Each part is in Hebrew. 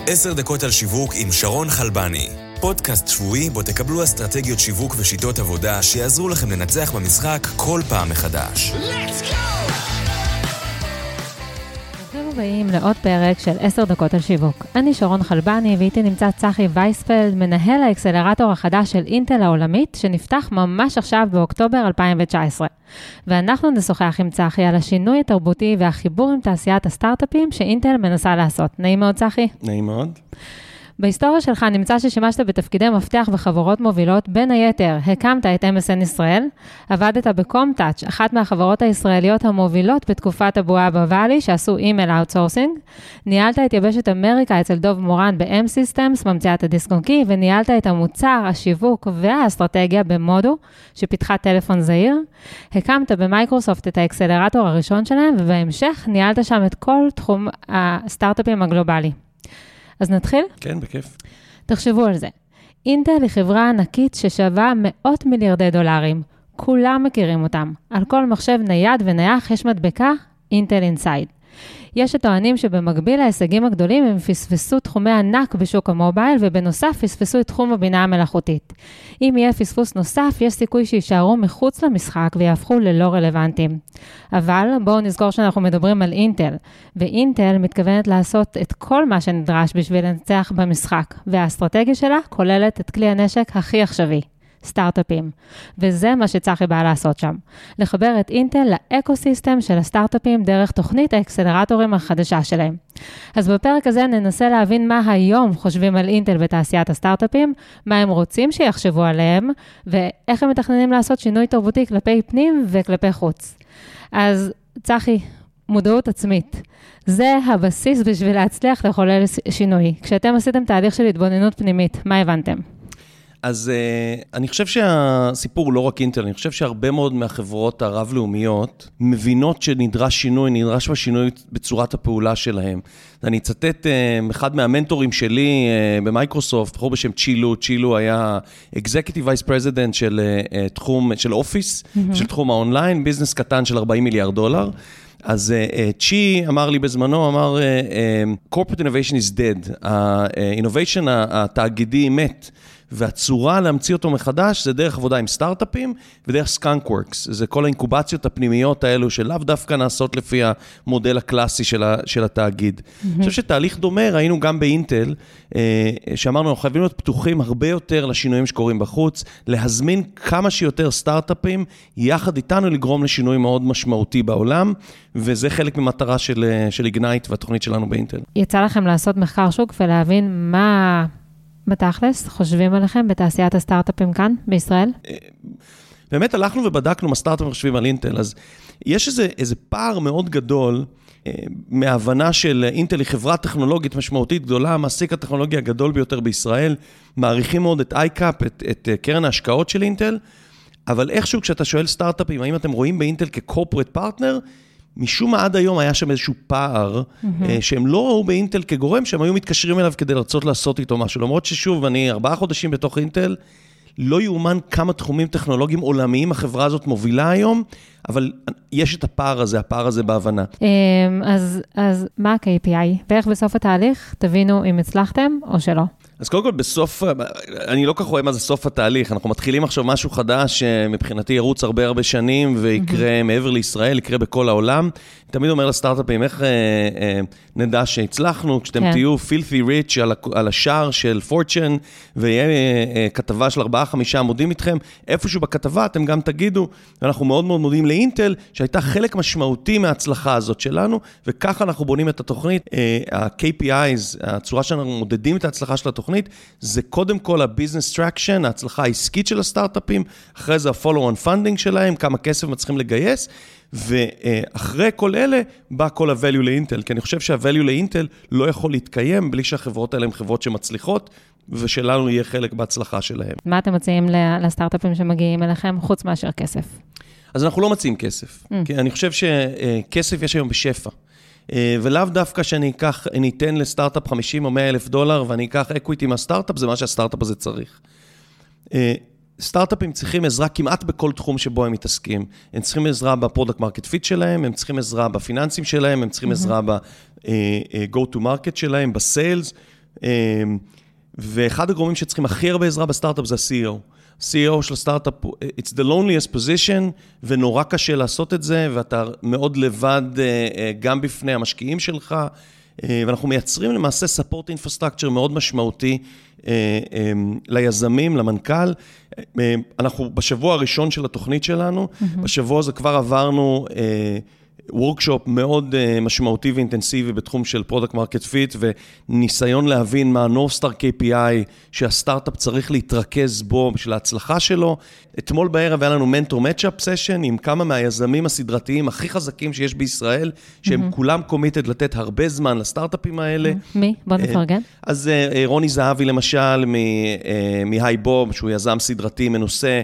10 דקות על שיווק עם שרון חלבני. פודקאסט שבועי בו תקבלו אסטרטגיות שיווק ושיטות עבודה שיעזרו לכם לנצח במשחק כל פעם מחדש. ברוכים הבאים לעוד פרק של 10 דקות על שיווק. אני שרון חלבני ואיתי נמצא צחי וייספלד, מנהל האקסלרטור החדש של אינטל העולמית, שנפתח ממש עכשיו באוקטובר 2019. ואנחנו נשוחח עם צחי על השינוי התרבותי והחיבור עם תעשיית הסטארט-אפים שאינטל מנסה לעשות. נעים מאוד, צחי? נעים מאוד. בהיסטוריה שלך נמצא ששימשת בתפקידי מפתח בחברות מובילות, בין היתר הקמת את MSN ישראל, עבדת בקומטאץ', אחת מהחברות הישראליות המובילות בתקופת הבועה בוואלי, שעשו אימייל אאוטסורסינג, ניהלת את יבשת אמריקה אצל דוב מורן ב-M-Systems, ממציאת הדיסק און קי, וניהלת את המוצר, השיווק והאסטרטגיה במודו, שפיתחה טלפון זעיר, הקמת במייקרוסופט את האקסלרטור הראשון שלהם, ובהמשך ניהלת שם את כל תחום הסטארט-אפים הגלובלי. אז נתחיל? כן, בכיף. תחשבו על זה. אינטל היא חברה ענקית ששווה $100 מיליארדי. כולם מכירים אותם. על כל מחשב נייד ונייח יש מדבקה אינטל אינסייד. יש הטוענים שבמקביל להישגים הגדולים הם פספסו תחומי ענק בשוק המובייל, ובנוסף פספסו את תחום הבינה המלאכותית. אם יהיה פספוס נוסף, יש סיכוי שישארו מחוץ למשחק ויהפכו ללא רלוונטיים. אבל בואו נזכור שאנחנו מדברים על אינטל, ואינטל מתכוונת לעשות את כל מה שנדרש בשביל לנצח במשחק, והאסטרטגיה שלה כוללת את כלי הנשק הכי עכשווי. סטארט-אפים. וזה מה שצריך בא לעשות שם. לחבר את אינטל לאקוסיסטם של הסטארט-אפים דרך תוכנית האקסלרטורים החדשה שלהם. אז בפרק הזה ננסה להבין מה היום חושבים על אינטל בתעשיית הסטארט-אפים, מה הם רוצים שיחשבו עליהם, ואיך הם מתכננים לעשות שינוי תרבותי כלפי פנים וכלפי חוץ. אז צחי, מודעות עצמית. זה הבסיס בשביל להצליח לחולל שינוי. כשאתם עשיתם תהליך של התבוננות פנימית, מה הבנתם? אז אני חושב שהסיפור הוא לא רק אינטל, אני חושב שהרבה מאוד מהחברות הרב-לאומיות מבינות שנדרש שינוי, נדרש בשינוי בצורת הפעולה שלהם. אני אצטט אחד מהמנטורים שלי במייקרוסופט, בחור בשם צ'ילו. צ'ילו היה Executive Vice President של תחום, של אופיס, של תחום האונליין, ביזנס קטן של $40 מיליארד. אז צ'י אמר לי בזמנו, אמר, Corporate Innovation is dead, ה-innovation התאגידי מת, והצורה להמציא אותו מחדש זה דרך עבודה עם סטארט-אפים ודרך סקאנקוורקס. זה כל האינקובציות הפנימיות האלו שלאו דווקא נעשות לפי המודל הקלאסי של התאגיד. אני חושב שתהליך דומה ראינו גם באינטל, שאמרנו, אנחנו חייבים להיות פתוחים הרבה יותר לשינויים שקורים בחוץ, להזמין כמה שיותר סטארט-אפים, יחד איתנו לגרום לשינוי מאוד משמעותי בעולם, וזה חלק ממטרה של איגנייט והתוכנית שלנו באינטל. יצא לכם לעשות מחקר שוק ולהבין מה בתכלס חושבים עליכם בתעשיית הסטארט-אפים כאן בישראל? באמת הלכנו ובדקנו מה סטארט-אפים חושבים על אינטל, אז יש איזה פער מאוד גדול מההבנה של אינטל היא חברה טכנולוגית משמעותית גדולה, המעסיק הטכנולוגי הגדול ביותר בישראל, מעריכים מאוד את אייקאפ, את קרן ההשקעות של אינטל, אבל איכשהו כשאתה שואל סטארט-אפים, האם אתם רואים באינטל כקורפורט פרטנר, משום מה עד היום היה שם איזשהו פער, שהם לא ראו באינטל כגורם, שהם היו מתקשרים אליו כדי לרצות לעשות איתו משהו. למרות ששוב, אני 4 חודשים בתוך אינטל, לא יאומן כמה תחומים טכנולוגיים עולמיים החברה הזאת מובילה היום, אבל יש את הפער הזה בהבנה. אז מה ה-KPI? ואיך בסוף התהליך תבינו אם הצלחתם או שלא? אז קודם כל בסוף, אני לא כך רואה מה זה סוף התהליך, אנחנו מתחילים עכשיו משהו חדש, מבחינתי ירוץ הרבה שנים, ויקרה מעבר לישראל, יקרה בכל העולם. תמיד אומר לסטארט-אפים, איך נדע שהצלחנו, כשאתם תהיו filthy rich על השער של Fortune, ויהיה כתבה של 4-5 עמודים איתכם, איפשהו בכתבה אתם גם תגידו, ואנחנו מאוד מאוד מודים לאינטל, שהייתה חלק משמעותי מההצלחה הזאת שלנו, וככה אנחנו בונים את התוכנית. ה-KPIs, הצורה שאנחנו מודדים את ההצלחה של התוכנית, זה קודם כל ה-business traction, ההצלחה העסקית של הסטארט-אפים, אחרי זה ה-follow-on funding שלהם, כמה כסף מצליחים לגייס, ואחרי כל אלה בא כל ה-value לאינטל, כי אני חושב שה-value לאינטל לא יכול להתקיים בלי שהחברות האלה הן חברות שמצליחות, ושלנו יהיה חלק בהצלחה שלהם. מה אתם מציעים לסטארט-אפים שמגיעים אליכם חוץ מאשר כסף? אז אנחנו לא מציעים כסף, כי אני חושב שכסף יש היום בשפע. ולאו דווקא שאני אתן לסטארט-אפ $50,000 או $100,000, ואני אקח אקוויטי מהסטארט-אפ, זה מה שהסטארט-אפ הזה צריך. סטארט-אפים צריכים עזרה כמעט בכל תחום שבו הם מתעסקים. הם צריכים עזרה בפרודקט מרקט פיט שלהם, הם צריכים עזרה בפיננסים שלהם, הם צריכים עזרה ב-go to market שלהם, בסיילס, ואחד הגורמים שצריכים הכי הרבה עזרה בסטארט-אפ זה ה-CEO. CEO של הסטארט-אפ, it's the loneliest position, ונורא קשה לעשות את זה, ואתה מאוד לבד גם בפני המשקיעים שלך, ואנחנו מייצרים למעשה support infrastructure מאוד משמעותי ליזמים, למנכ"ל. אנחנו בשבוע הראשון של התוכנית שלנו, בשבוע הזה כבר עברנו וורקשופ מאוד משמעותי ואינטנסיבי בתחום של פרודקט מרקט פיט, וניסיון להבין מה ה-North Star KPI שהסטארט-אפ צריך להתרכז בו בשביל ההצלחה שלו. אתמול בערב היה לנו מנטור מאץ'-אפ סשן עם כמה מהיזמים הסדרתיים הכי חזקים שיש בישראל, שהם כולם קומיטד לתת הרבה זמן לסטארט-אפים האלה. מי? בוא נפרגן. אז רוני זהבי למשל, מהי בוב, שהוא יזם סדרתי מנוסה,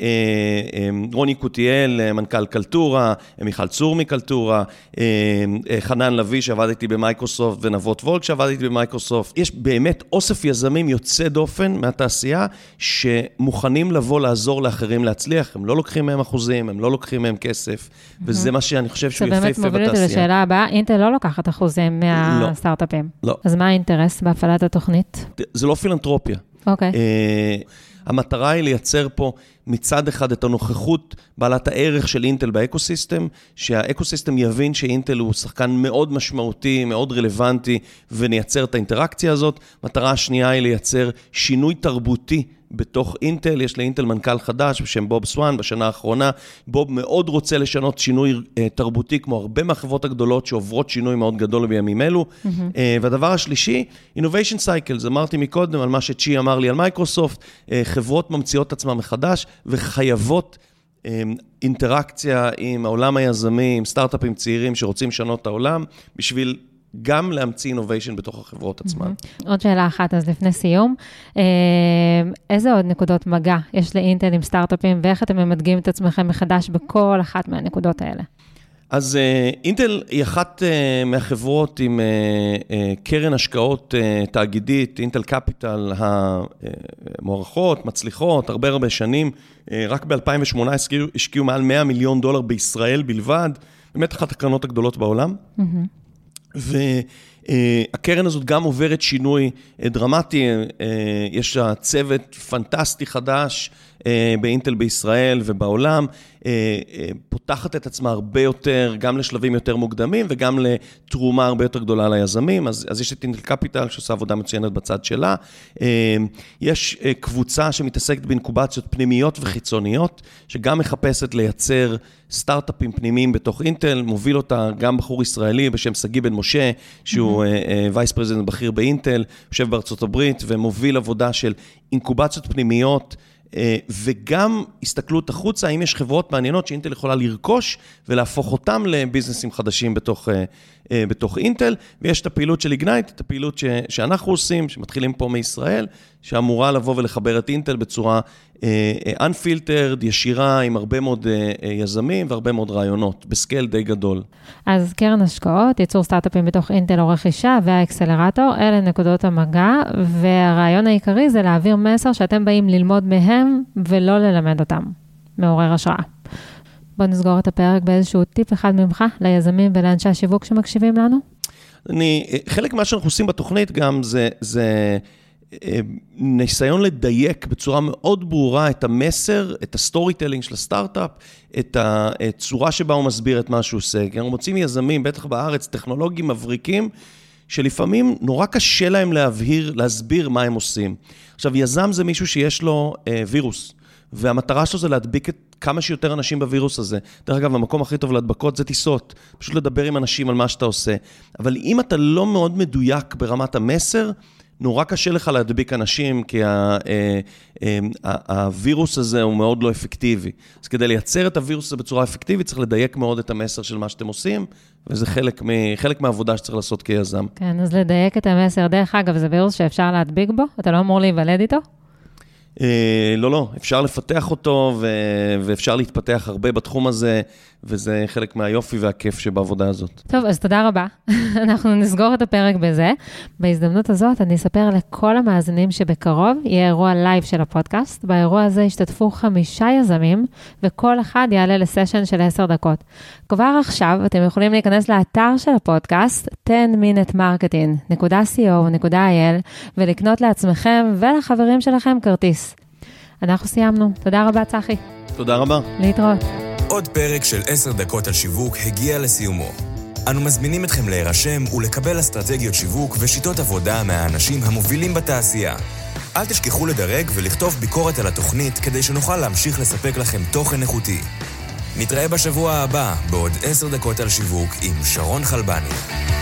רוני קוטיאל, מנכ"ל קלטורה, מיכל צור מקלטורה, חנן לוי שעבד איתי במייקרוסופט, ונבות וולק שעבד איתי במייקרוסופט. יש באמת אוסף יזמים יוצא דופן מהתעשייה, שמוכנים לבוא לעזור לאחרים להצליח. הם לא לוקחים מהם אחוזים, הם לא לוקחים מהם כסף, וזה מה שאני חושב שהוא יפה בתעשייה. זה באמת מוביל אותי לשאלה הבאה, אינטל לא לוקחת אחוזים מהסטארט-אפים. לא. אז מה האינטרס בהפעלת התוכנית? זה לא פילנתרופיה. אוקיי. המטרה היא לייצר פה מצד אחד את הנוכחות בעלת הערך של אינטל באקוסיסטם, שהאקוסיסטם יבין שאינטל הוא שחקן מאוד משמעותי, מאוד רלוונטי, ונייצר את האינטראקציה הזאת. מטרה השנייה היא לייצר שינוי תרבותי בתוך אינטל. יש לאינטל מנכ"ל חדש בשם בוב סואן בשנה האחרונה. בוב מאוד רוצה לשנות שינוי תרבותי, כמו הרבה מהחברות הגדולות שעוברות שינוי מאוד גדול בימים אלו. והדבר השלישי, innovation cycle, זה אמרתי מקודם על מה שצ'י אמר לי על מייקרוסופט, חברות ממציאות עצמם מחדש וחייבות אינטראקציה עם העולם היזמי, עם סטארט-אפים צעירים שרוצים לשנות את העולם, בשביל גם להמציא innovation בתוך החברות עצמן. עוד שאלה אחת, אז לפני סיום, איזה עוד נקודות מגע יש לאינטל עם סטארט-אפים, ואיך אתם ממדגים את עצמכם מחדש בכל אחת מהנקודות האלה? אז אינטל היא אחת מהחברות עם קרן השקעות תאגידית, אינטל קפיטל, המוערכות, מצליחות, הרבה שנים. רק ב-2018 השקיעו מעל $100 מיליון בישראל בלבד, באמת אחת הקרנות הגדולות בעולם. והקרן הזאת גם עוברת שינוי דרמטי, יש צוות פנטסטי חדש באינטל בישראל ובעולם, פותחת את עצמה הרבה יותר, גם לשלבים יותר מוקדמים וגם לתרומה הרבה יותר גדולה ליזמים. אז יש את אינטל קפיטל שעושה עבודה מצוינת בצד שלה. יש קבוצה שמתעסקת באינקובציות פנימיות וחיצוניות, שגם מחפשת לייצר סטארט-אפים פנימיים בתוך אינטל, מוביל אותה גם בחור ישראלי בשם סגי בן משה, שהוא וייס פרזידנט בכיר באינטל, יושב בארצות הברית, ומוביל עבודה של אינקובציות פנימיות, וגם הסתכלות החוצה, האם יש חברות מעניינות שאינטל יכולה לרכוש, ולהפוך אותם לביזנסים חדשים בתוך אינטל, ויש את הפעילות של איגנייט, את הפעילות שאנחנו עושים, שמתחילים פה מישראל, שאמורה לבוא ולחבר את אינטל בצורה unfiltered, ישירה, עם הרבה מאוד יזמים והרבה מאוד רעיונות, בסקייל די גדול. אז קרן השקעות, ייצור סטארט-אפים בתוך אינטל או רכישה והאקסלרטור, אלה נקודות המגע, והרעיון העיקרי זה להעביר מסר שאתם באים ללמוד מהם ולא ללמד אותם. מעורר השראה. בוא נסגור את הפרק באיזשהו טיפ אחד ממך ליזמים ולאנשי השיווק שמקשיבים לנו. חלק מה שאנחנו עושים בתוכנית גם זה ניסיון לדייק בצורה מאוד ברורה את המסר, את הסטורי טלינג של הסטארט-אפ, את הצורה שבה הוא מסביר את מה שהוא עושה. אנחנו מוצאים יזמים, בטח בארץ, טכנולוגים מבריקים, שלפעמים נורא קשה להם להסביר מה הם עושים. עכשיו, יזם זה מישהו שיש לו וירוס, והמטרה שלו זה להדביק את כמה שיותר אנשים בווירוס הזה. דרך אגב, המקום הכי טוב להדבקות זה טיסות, פשוט לדבר עם אנשים על מה שאתה עושה. אבל אם אתה לא מאוד מדויק ברמת המסר, נורא קשה לך להדביק אנשים, כי הווירוס הזה הוא מאוד לא אפקטיבי. אז כדי לייצר את הווירוס הזה בצורה אפקטיבית, צריך לדייק מאוד את המסר של מה שאתם עושים, וזה חלק מהעבודה שצריך לעשות כיזם. כן, אז לדייק את המסר, דרך אגב, זה וירוס שאפשר להדביק בו? אתה לא אמור להיוולד איתו? לא, אפשר לפתח אותו ואפשר להתפתח הרבה בתחום הזה, וזה חלק מהיופי והכיף שבעבודה הזאת. טוב, אז תודה רבה. אנחנו נסגור את הפרק בזה. בהזדמנות הזאת אני אספר לכל המאזינים שבקרוב יהיה אירוע לייב של הפודקאסט. באירוע הזה השתתפו 5 יזמים, וכל אחד יעלה לסשן של 10 דקות. כבר עכשיו אתם יכולים להיכנס לאתר של הפודקאסט, 10minutemarketing.co.il, ולקנות לעצמכם ולחברים שלכם כרטיס. אנחנו סיימנו. תודה רבה, צחי. תודה רבה. להתראות. עוד פרק של 10 דקות על שיווק הגיע לסיומו. אנו מזמינים אתכם להירשם ולקבל אסטרטגיות שיווק ושיטות עבודה מהאנשים המובילים בתעשייה. אל תשכחו לדרג ולכתוב ביקורת על התוכנית כדי שנוכל להמשיך לספק לכם תוכן איכותי. נתראה בשבוע הבא בעוד 10 דקות על שיווק עם שרון חלבני.